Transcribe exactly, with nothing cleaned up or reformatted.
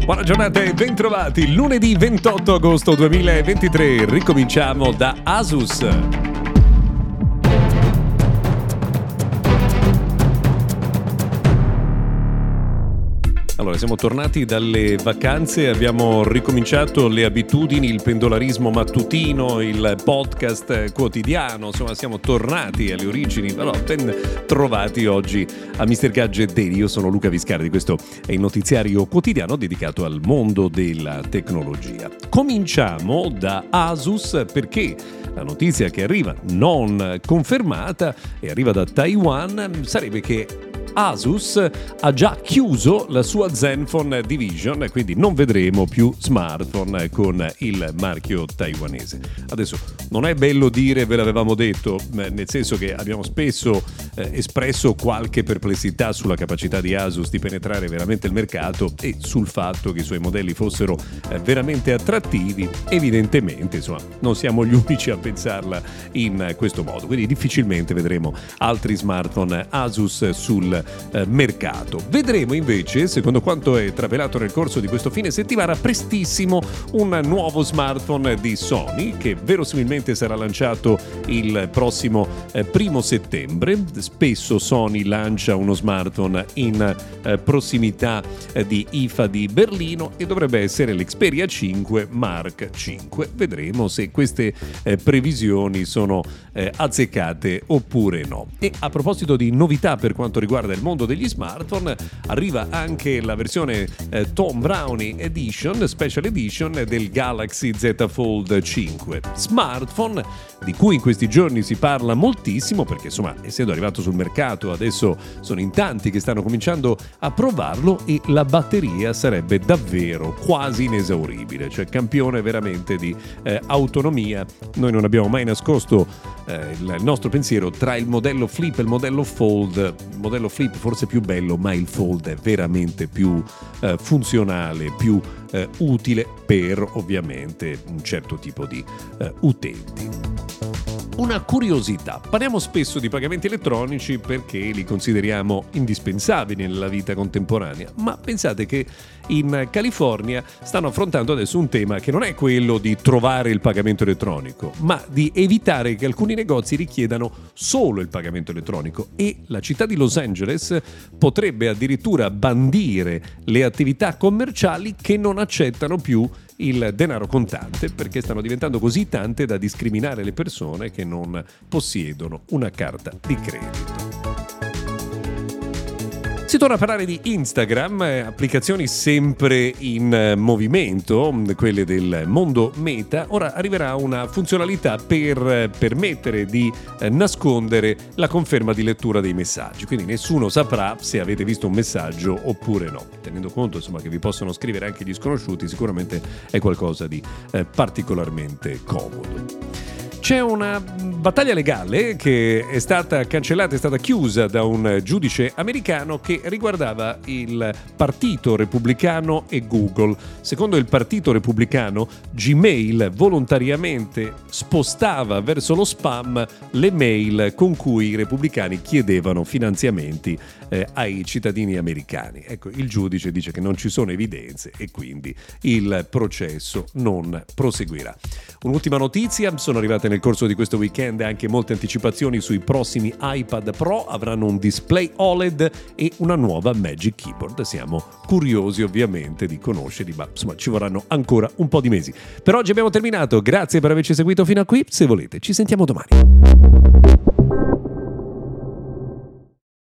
Buona giornata e bentrovati. Lunedì ventotto agosto duemilaventitré. Ricominciamo da Asus. Allora, siamo tornati dalle vacanze, abbiamo ricominciato le abitudini, il pendolarismo mattutino, il podcast quotidiano, insomma siamo tornati alle origini, però ben trovati oggi a mister Gadget Daily. Io sono Luca Viscardi, questo è il notiziario quotidiano dedicato al mondo della tecnologia. Cominciamo da Asus perché la notizia che arriva non confermata e arriva da Taiwan sarebbe che Asus ha già chiuso la sua Zenfone Division, quindi non vedremo più smartphone con il marchio taiwanese. Adesso non è bello dire ve l'avevamo detto, nel senso che abbiamo spesso eh, espresso qualche perplessità sulla capacità di Asus di penetrare veramente il mercato e sul fatto che i suoi modelli fossero eh, veramente attrattivi. Evidentemente, insomma, non siamo gli unici a pensarla in questo modo, quindi difficilmente vedremo altri smartphone Asus sul Eh, mercato. Vedremo invece, secondo quanto è trapelato nel corso di questo fine settimana, prestissimo un nuovo smartphone di Sony che verosimilmente sarà lanciato il prossimo eh, primo settembre. Spesso Sony lancia uno smartphone in eh, prossimità eh, di I F A di Berlino e dovrebbe essere l'Xperia cinque Mark cinque. Vedremo se queste eh, previsioni sono eh, azzeccate oppure no. E a proposito di novità per quanto riguarda il mondo degli smartphone, arriva anche la versione eh, Tom Brownie Edition, Special Edition del Galaxy Z Fold cinque, smartphone di cui in questi giorni si parla moltissimo perché insomma, essendo arrivato sul mercato adesso sono in tanti che stanno cominciando a provarlo e la batteria sarebbe davvero quasi inesauribile, cioè campione veramente di eh, autonomia. Noi non abbiamo mai nascosto eh, il nostro pensiero tra il modello Flip e il modello Fold. Il modello Flip forse più bello, ma il Fold è veramente più eh, funzionale, più eh, utile per ovviamente un certo tipo di eh, utenti. Una curiosità, parliamo spesso di pagamenti elettronici perché li consideriamo indispensabili nella vita contemporanea, ma pensate che in California stanno affrontando adesso un tema che non è quello di trovare il pagamento elettronico, ma di evitare che alcuni negozi richiedano solo il pagamento elettronico e la città di Los Angeles potrebbe addirittura bandire le attività commerciali che non accettano più il denaro contante perché stanno diventando così tante da discriminare le persone che non possiedono una carta di credito. Si torna a parlare di Instagram, applicazioni sempre in movimento, quelle del mondo Meta. Ora arriverà una funzionalità per permettere di nascondere la conferma di lettura dei messaggi, quindi nessuno saprà se avete visto un messaggio oppure no. Tenendo conto insomma che vi possono scrivere anche gli sconosciuti, sicuramente è qualcosa di eh, particolarmente comodo. C'è una battaglia legale che è stata cancellata, è stata chiusa da un giudice americano che riguardava il Partito Repubblicano e Google. Secondo il Partito Repubblicano, Gmail volontariamente spostava verso lo spam le mail con cui i repubblicani chiedevano finanziamenti eh, ai cittadini americani. Ecco, il giudice dice che non ci sono evidenze e quindi il processo non proseguirà. Un'ultima notizia, sono arrivate nel corso di questo weekend anche molte anticipazioni sui prossimi iPad Pro, avranno un display O L E D e una nuova Magic Keyboard. Siamo curiosi ovviamente di conoscerli, ma insomma ci vorranno ancora un po' di mesi. Per oggi abbiamo terminato, grazie per averci seguito fino a qui, se volete ci sentiamo domani.